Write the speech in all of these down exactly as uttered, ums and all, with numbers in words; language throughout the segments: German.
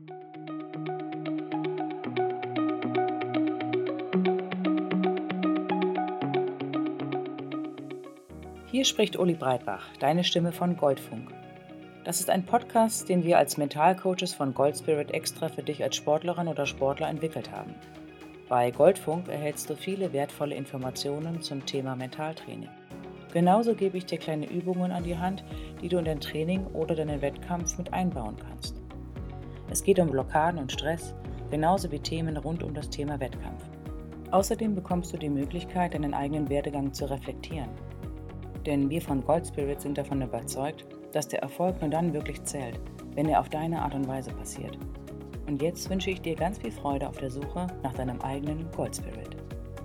Hier spricht Uli Breitbach, deine Stimme von Goldfunk. Das ist ein Podcast, den wir als Mentalcoaches von Goldspirit extra für dich als Sportlerin oder Sportler entwickelt haben. Bei Goldfunk erhältst du viele wertvolle Informationen zum Thema Mentaltraining. Genauso gebe ich dir kleine Übungen an die Hand, die du in dein Training oder deinen Wettkampf mit einbauen kannst. Es geht um Blockaden und Stress, genauso wie Themen rund um das Thema Wettkampf. Außerdem bekommst du die Möglichkeit, deinen eigenen Werdegang zu reflektieren. Denn wir von Goldspirit sind davon überzeugt, dass der Erfolg nur dann wirklich zählt, wenn er auf deine Art und Weise passiert. Und jetzt wünsche ich dir ganz viel Freude auf der Suche nach deinem eigenen Goldspirit.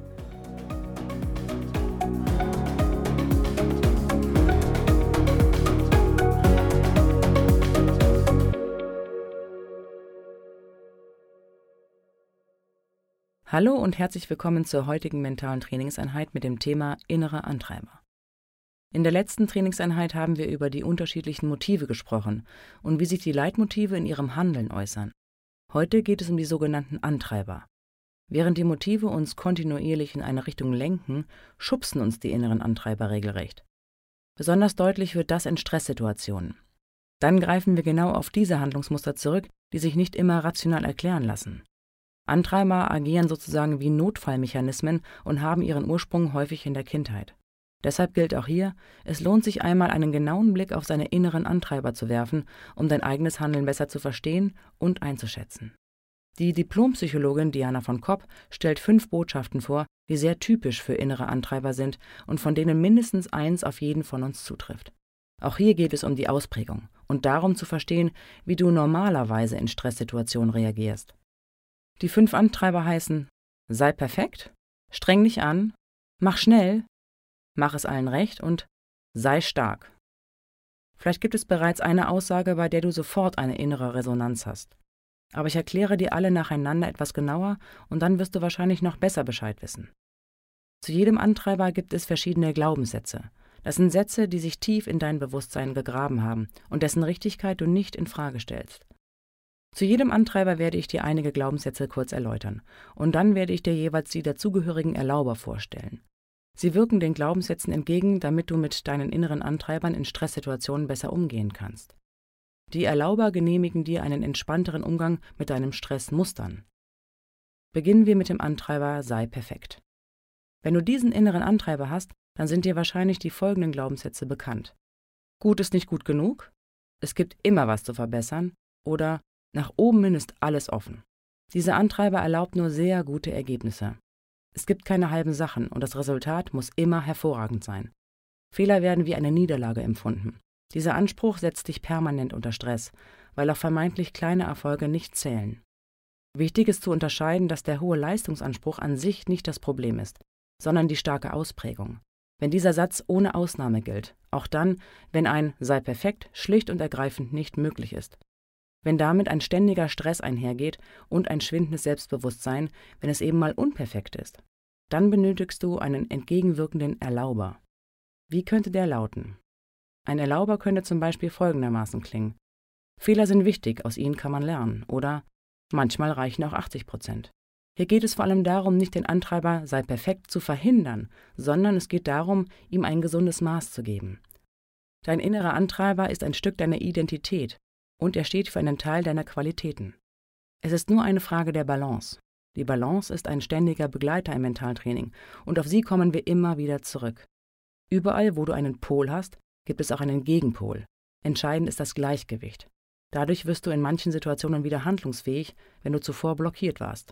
Hallo und herzlich willkommen zur heutigen mentalen Trainingseinheit mit dem Thema innere Antreiber. In der letzten Trainingseinheit haben wir über die unterschiedlichen Motive gesprochen und wie sich die Leitmotive in ihrem Handeln äußern. Heute geht es um die sogenannten Antreiber. Während die Motive uns kontinuierlich in eine Richtung lenken, schubsen uns die inneren Antreiber regelrecht. Besonders deutlich wird das in Stresssituationen. Dann greifen wir genau auf diese Handlungsmuster zurück, die sich nicht immer rational erklären lassen. Antreiber agieren sozusagen wie Notfallmechanismen und haben ihren Ursprung häufig in der Kindheit. Deshalb gilt auch hier, es lohnt sich einmal einen genauen Blick auf seine inneren Antreiber zu werfen, um dein eigenes Handeln besser zu verstehen und einzuschätzen. Die Diplompsychologin Diana von Kopp stellt fünf Botschaften vor, die sehr typisch für innere Antreiber sind und von denen mindestens eins auf jeden von uns zutrifft. Auch hier geht es um die Ausprägung und darum zu verstehen, wie du normalerweise in Stresssituationen reagierst. Die fünf Antreiber heißen: sei perfekt, streng dich an, mach schnell, mach es allen recht und sei stark. Vielleicht gibt es bereits eine Aussage, bei der du sofort eine innere Resonanz hast. Aber ich erkläre dir alle nacheinander etwas genauer und dann wirst du wahrscheinlich noch besser Bescheid wissen. Zu jedem Antreiber gibt es verschiedene Glaubenssätze. Das sind Sätze, die sich tief in dein Bewusstsein gegraben haben und dessen Richtigkeit du nicht in Frage stellst. Zu jedem Antreiber werde ich dir einige Glaubenssätze kurz erläutern und dann werde ich dir jeweils die dazugehörigen Erlauber vorstellen. Sie wirken den Glaubenssätzen entgegen, damit du mit deinen inneren Antreibern in Stresssituationen besser umgehen kannst. Die Erlauber genehmigen dir einen entspannteren Umgang mit deinem Stressmustern. Beginnen wir mit dem Antreiber sei perfekt. Wenn du diesen inneren Antreiber hast, dann sind dir wahrscheinlich die folgenden Glaubenssätze bekannt. Gut ist nicht gut genug, es gibt immer was zu verbessern oder nach oben hin ist alles offen. Dieser Antreiber erlaubt nur sehr gute Ergebnisse. Es gibt keine halben Sachen und das Resultat muss immer hervorragend sein. Fehler werden wie eine Niederlage empfunden. Dieser Anspruch setzt dich permanent unter Stress, weil auch vermeintlich kleine Erfolge nicht zählen. Wichtig ist zu unterscheiden, dass der hohe Leistungsanspruch an sich nicht das Problem ist, sondern die starke Ausprägung. Wenn dieser Satz ohne Ausnahme gilt, auch dann, wenn ein sei perfekt schlicht und ergreifend nicht möglich ist. Wenn damit ein ständiger Stress einhergeht und ein schwindendes Selbstbewusstsein, wenn es eben mal unperfekt ist, dann benötigst du einen entgegenwirkenden Erlauber. Wie könnte der lauten? Ein Erlauber könnte zum Beispiel folgendermaßen klingen: Fehler sind wichtig, aus ihnen kann man lernen, oder manchmal reichen auch achtzig Prozent. Hier geht es vor allem darum, nicht den Antreiber sei perfekt zu verhindern, sondern es geht darum, ihm ein gesundes Maß zu geben. Dein innerer Antreiber ist ein Stück deiner Identität und er steht für einen Teil deiner Qualitäten. Es ist nur eine Frage der Balance. Die Balance ist ein ständiger Begleiter im Mentaltraining und auf sie kommen wir immer wieder zurück. Überall, wo du einen Pol hast, gibt es auch einen Gegenpol. Entscheidend ist das Gleichgewicht. Dadurch wirst du in manchen Situationen wieder handlungsfähig, wenn du zuvor blockiert warst.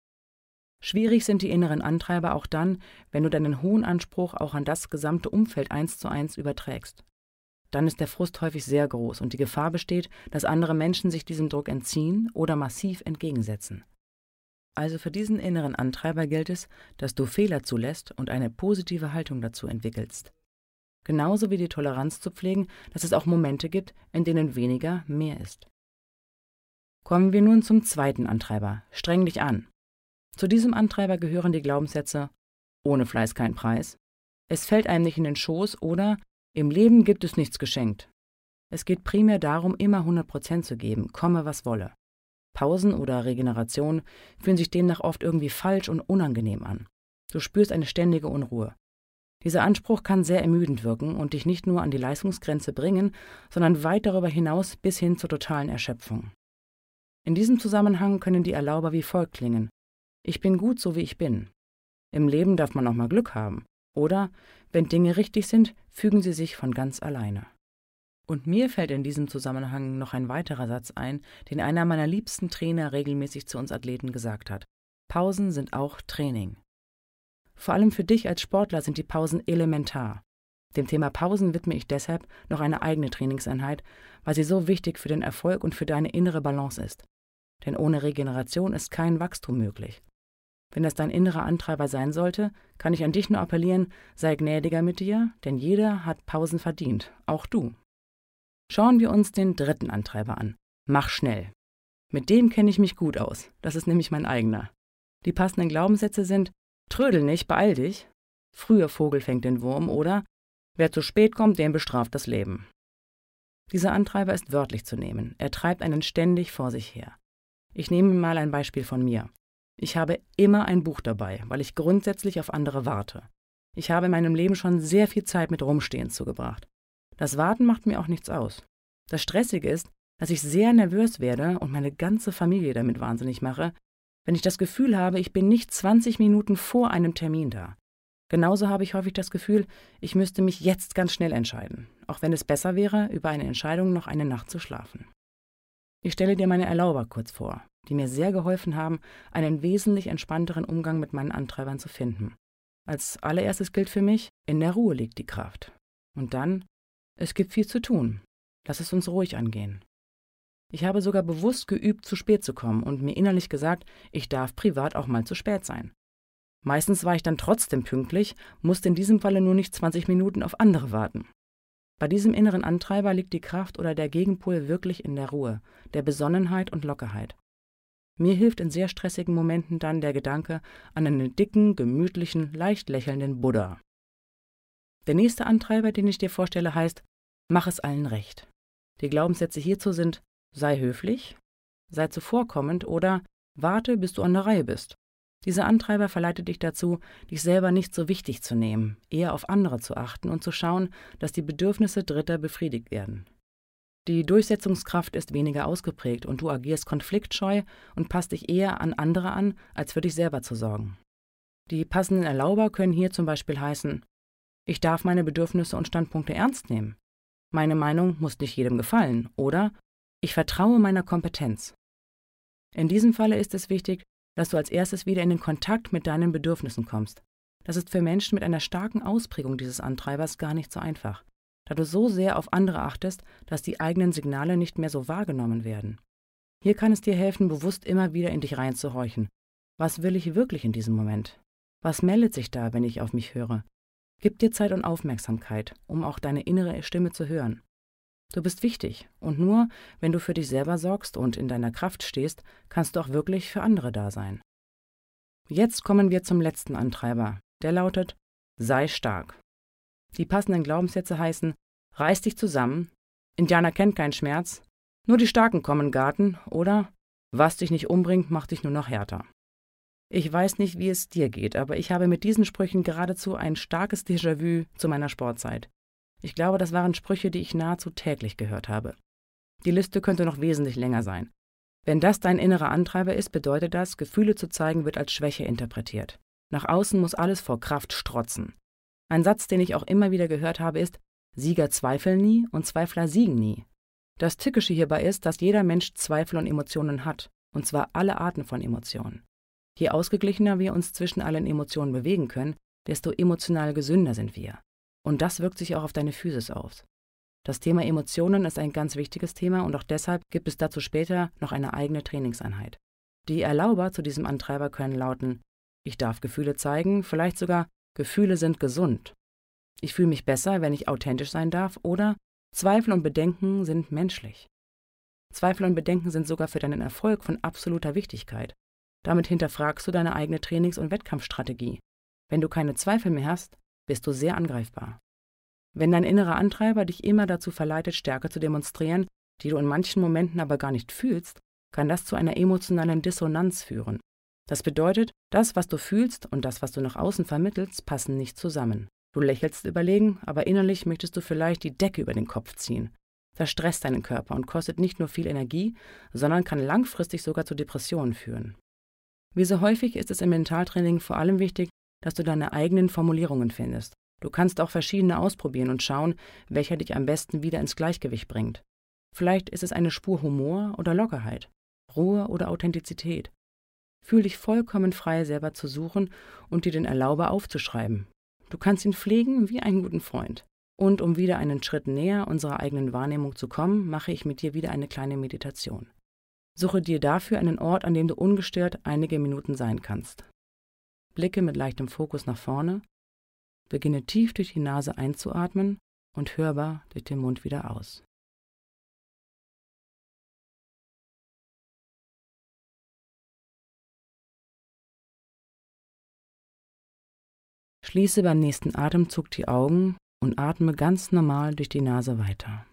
Schwierig sind die inneren Antreiber auch dann, wenn du deinen hohen Anspruch auch an das gesamte Umfeld eins zu eins überträgst. Dann ist der Frust häufig sehr groß und die Gefahr besteht, dass andere Menschen sich diesem Druck entziehen oder massiv entgegensetzen. Also für diesen inneren Antreiber gilt es, dass du Fehler zulässt und eine positive Haltung dazu entwickelst. Genauso wie die Toleranz zu pflegen, dass es auch Momente gibt, in denen weniger mehr ist. Kommen wir nun zum zweiten Antreiber: streng dich an. Zu diesem Antreiber gehören die Glaubenssätze: ohne Fleiß kein Preis, es fällt einem nicht in den Schoß oder im Leben gibt es nichts geschenkt. Es geht primär darum, immer hundert Prozent zu geben, komme was wolle. Pausen oder Regeneration fühlen sich demnach oft irgendwie falsch und unangenehm an. Du spürst eine ständige Unruhe. Dieser Anspruch kann sehr ermüdend wirken und dich nicht nur an die Leistungsgrenze bringen, sondern weit darüber hinaus bis hin zur totalen Erschöpfung. In diesem Zusammenhang können die Erlauber wie folgt klingen: Ich bin gut, so wie ich bin. Im Leben darf man auch mal Glück haben. Oder, wenn Dinge richtig sind, fügen sie sich von ganz alleine. Und mir fällt in diesem Zusammenhang noch ein weiterer Satz ein, den einer meiner liebsten Trainer regelmäßig zu uns Athleten gesagt hat: Pausen sind auch Training. Vor allem für dich als Sportler sind die Pausen elementar. Dem Thema Pausen widme ich deshalb noch eine eigene Trainingseinheit, weil sie so wichtig für den Erfolg und für deine innere Balance ist. Denn ohne Regeneration ist kein Wachstum möglich. Wenn das dein innerer Antreiber sein sollte, kann ich an dich nur appellieren, sei gnädiger mit dir, denn jeder hat Pausen verdient, auch du. Schauen wir uns den dritten Antreiber an. Mach schnell. Mit dem kenne ich mich gut aus, das ist nämlich mein eigener. Die passenden Glaubenssätze sind: Trödel nicht, beeil dich. Früher Vogel fängt den Wurm oder wer zu spät kommt, den bestraft das Leben. Dieser Antreiber ist wörtlich zu nehmen. Er treibt einen ständig vor sich her. Ich nehme mal ein Beispiel von mir. Ich habe immer ein Buch dabei, weil ich grundsätzlich auf andere warte. Ich habe in meinem Leben schon sehr viel Zeit mit Rumstehen zugebracht. Das Warten macht mir auch nichts aus. Das Stressige ist, dass ich sehr nervös werde und meine ganze Familie damit wahnsinnig mache, wenn ich das Gefühl habe, ich bin nicht zwanzig Minuten vor einem Termin da. Genauso habe ich häufig das Gefühl, ich müsste mich jetzt ganz schnell entscheiden, auch wenn es besser wäre, über eine Entscheidung noch eine Nacht zu schlafen. Ich stelle dir meine Erlauber kurz vor, die mir sehr geholfen haben, einen wesentlich entspannteren Umgang mit meinen Antreibern zu finden. Als allererstes gilt für mich, in der Ruhe liegt die Kraft. Und dann, es gibt viel zu tun. Lass es uns ruhig angehen. Ich habe sogar bewusst geübt, zu spät zu kommen und mir innerlich gesagt, ich darf privat auch mal zu spät sein. Meistens war ich dann trotzdem pünktlich, musste in diesem Falle nur nicht zwanzig Minuten auf andere warten. Bei diesem inneren Antreiber liegt die Kraft oder der Gegenpol wirklich in der Ruhe, der Besonnenheit und Lockerheit. Mir hilft in sehr stressigen Momenten dann der Gedanke an einen dicken, gemütlichen, leicht lächelnden Buddha. Der nächste Antreiber, den ich dir vorstelle, heißt: Mach es allen recht. Die Glaubenssätze hierzu sind: Sei höflich, sei zuvorkommend oder warte, bis du an der Reihe bist. Dieser Antreiber verleitet dich dazu, dich selber nicht so wichtig zu nehmen, eher auf andere zu achten und zu schauen, dass die Bedürfnisse Dritter befriedigt werden. Die Durchsetzungskraft ist weniger ausgeprägt und du agierst konfliktscheu und passt dich eher an andere an, als für dich selber zu sorgen. Die passenden Erlauber können hier zum Beispiel heißen: Ich darf meine Bedürfnisse und Standpunkte ernst nehmen. Meine Meinung muss nicht jedem gefallen oder ich vertraue meiner Kompetenz. In diesem Falle ist es wichtig, dass du als erstes wieder in den Kontakt mit deinen Bedürfnissen kommst. Das ist für Menschen mit einer starken Ausprägung dieses Antreibers gar nicht so einfach, da du so sehr auf andere achtest, dass die eigenen Signale nicht mehr so wahrgenommen werden. Hier kann es dir helfen, bewusst immer wieder in dich reinzuhorchen. Was will ich wirklich in diesem Moment? Was meldet sich da, wenn ich auf mich höre? Gib dir Zeit und Aufmerksamkeit, um auch deine innere Stimme zu hören. Du bist wichtig und nur, wenn du für dich selber sorgst und in deiner Kraft stehst, kannst du auch wirklich für andere da sein. Jetzt kommen wir zum letzten Antreiber, der lautet: Sei stark. Die passenden Glaubenssätze heißen: Reiß dich zusammen, Indianer kennt keinen Schmerz, nur die Starken kommen in den Garten oder was dich nicht umbringt, macht dich nur noch härter. Ich weiß nicht, wie es dir geht, aber ich habe mit diesen Sprüchen geradezu ein starkes Déjà-vu zu meiner Sportzeit. Ich glaube, das waren Sprüche, die ich nahezu täglich gehört habe. Die Liste könnte noch wesentlich länger sein. Wenn das dein innerer Antreiber ist, bedeutet das, Gefühle zu zeigen wird als Schwäche interpretiert. Nach außen muss alles vor Kraft strotzen. Ein Satz, den ich auch immer wieder gehört habe, ist: Sieger zweifeln nie und Zweifler siegen nie. Das Tückische hierbei ist, dass jeder Mensch Zweifel und Emotionen hat, und zwar alle Arten von Emotionen. Je ausgeglichener wir uns zwischen allen Emotionen bewegen können, desto emotional gesünder sind wir. Und das wirkt sich auch auf deine Physis aus. Das Thema Emotionen ist ein ganz wichtiges Thema und auch deshalb gibt es dazu später noch eine eigene Trainingseinheit. Die Erlauber zu diesem Antreiber können lauten: Ich darf Gefühle zeigen, vielleicht sogar Gefühle sind gesund. Ich fühle mich besser, wenn ich authentisch sein darf oder Zweifel und Bedenken sind menschlich. Zweifel und Bedenken sind sogar für deinen Erfolg von absoluter Wichtigkeit. Damit hinterfragst du deine eigene Trainings- und Wettkampfstrategie. Wenn du keine Zweifel mehr hast, bist du sehr angreifbar. Wenn dein innerer Antreiber dich immer dazu verleitet, Stärke zu demonstrieren, die du in manchen Momenten aber gar nicht fühlst, kann das zu einer emotionalen Dissonanz führen. Das bedeutet, das, was du fühlst und das, was du nach außen vermittelst, passen nicht zusammen. Du lächelst überlegen, aber innerlich möchtest du vielleicht die Decke über den Kopf ziehen. Das stresst deinen Körper und kostet nicht nur viel Energie, sondern kann langfristig sogar zu Depressionen führen. Wie so häufig ist es im Mentaltraining vor allem wichtig, dass du deine eigenen Formulierungen findest. Du kannst auch verschiedene ausprobieren und schauen, welcher dich am besten wieder ins Gleichgewicht bringt. Vielleicht ist es eine Spur Humor oder Lockerheit, Ruhe oder Authentizität. Fühl dich vollkommen frei, selber zu suchen und dir den Erlauber aufzuschreiben. Du kannst ihn pflegen wie einen guten Freund. Und um wieder einen Schritt näher unserer eigenen Wahrnehmung zu kommen, mache ich mit dir wieder eine kleine Meditation. Suche dir dafür einen Ort, an dem du ungestört einige Minuten sein kannst. Blicke mit leichtem Fokus nach vorne, beginne tief durch die Nase einzuatmen und hörbar durch den Mund wieder aus. Schließe beim nächsten Atemzug die Augen und atme ganz normal durch die Nase weiter.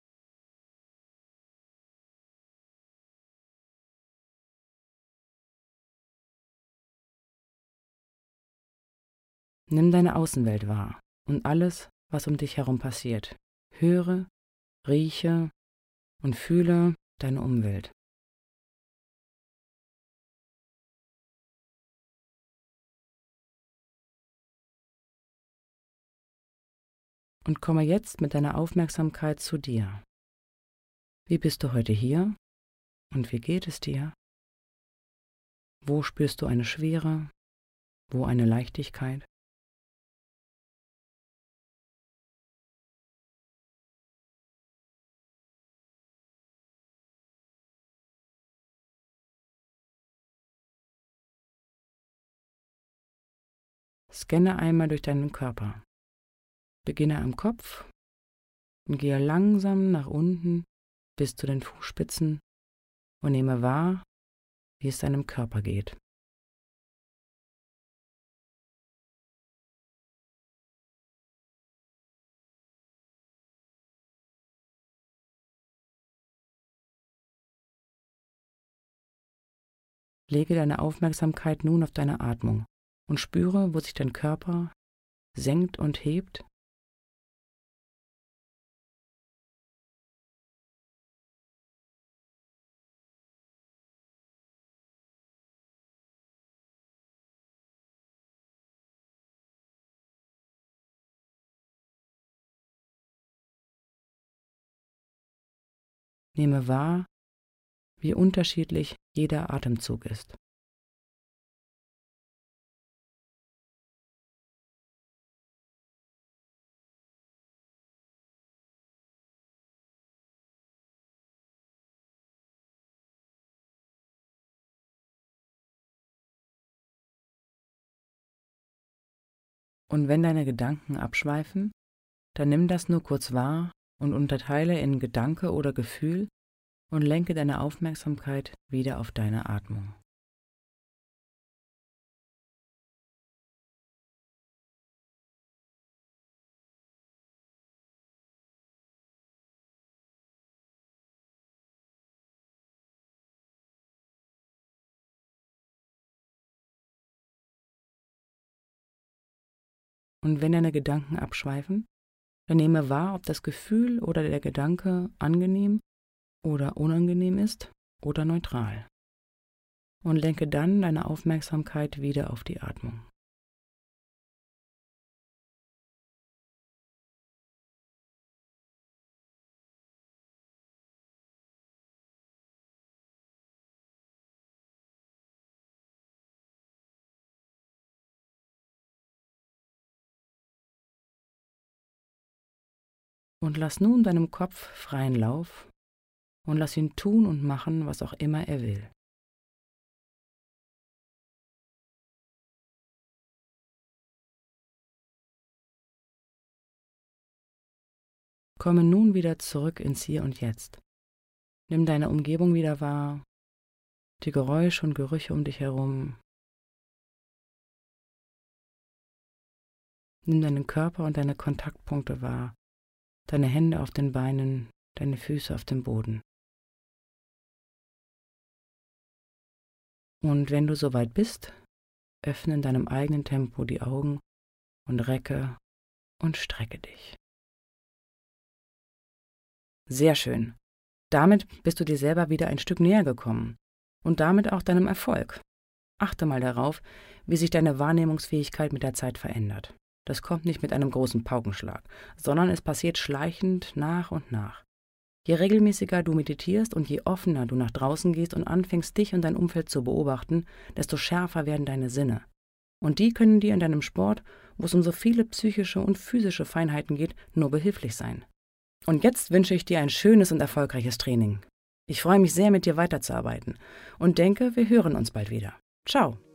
Nimm deine Außenwelt wahr und alles, was um dich herum passiert. Höre, rieche und fühle deine Umwelt. Und komme jetzt mit deiner Aufmerksamkeit zu dir. Wie bist du heute hier und wie geht es dir? Wo spürst du eine Schwere? Wo eine Leichtigkeit? Scanne einmal durch deinen Körper. Beginne am Kopf und gehe langsam nach unten bis zu den Fußspitzen und nehme wahr, wie es deinem Körper geht. Lege deine Aufmerksamkeit nun auf deine Atmung und spüre, wo sich dein Körper senkt und hebt. Nehme wahr, wie unterschiedlich jeder Atemzug ist. Und wenn deine Gedanken abschweifen, dann nimm das nur kurz wahr und unterteile in Gedanke oder Gefühl und lenke deine Aufmerksamkeit wieder auf deine Atmung. Und wenn deine Gedanken abschweifen, dann nehme wahr, ob das Gefühl oder der Gedanke angenehm oder unangenehm ist oder neutral. Und lenke dann deine Aufmerksamkeit wieder auf die Atmung. Und lass nun deinem Kopf freien Lauf und lass ihn tun und machen, was auch immer er will. Komme nun wieder zurück ins Hier und Jetzt. Nimm deine Umgebung wieder wahr, die Geräusche und Gerüche um dich herum. Nimm deinen Körper und deine Kontaktpunkte wahr, deine Hände auf den Beinen, deine Füße auf dem Boden. Und wenn du soweit bist, öffne in deinem eigenen Tempo die Augen und recke und strecke dich. Sehr schön. Damit bist du dir selber wieder ein Stück näher gekommen und damit auch deinem Erfolg. Achte mal darauf, wie sich deine Wahrnehmungsfähigkeit mit der Zeit verändert. Das kommt nicht mit einem großen Paukenschlag, sondern es passiert schleichend nach und nach. Je regelmäßiger du meditierst und je offener du nach draußen gehst und anfängst, dich und dein Umfeld zu beobachten, desto schärfer werden deine Sinne. Und die können dir in deinem Sport, wo es um so viele psychische und physische Feinheiten geht, nur behilflich sein. Und jetzt wünsche ich dir ein schönes und erfolgreiches Training. Ich freue mich sehr, mit dir weiterzuarbeiten und denke, wir hören uns bald wieder. Ciao!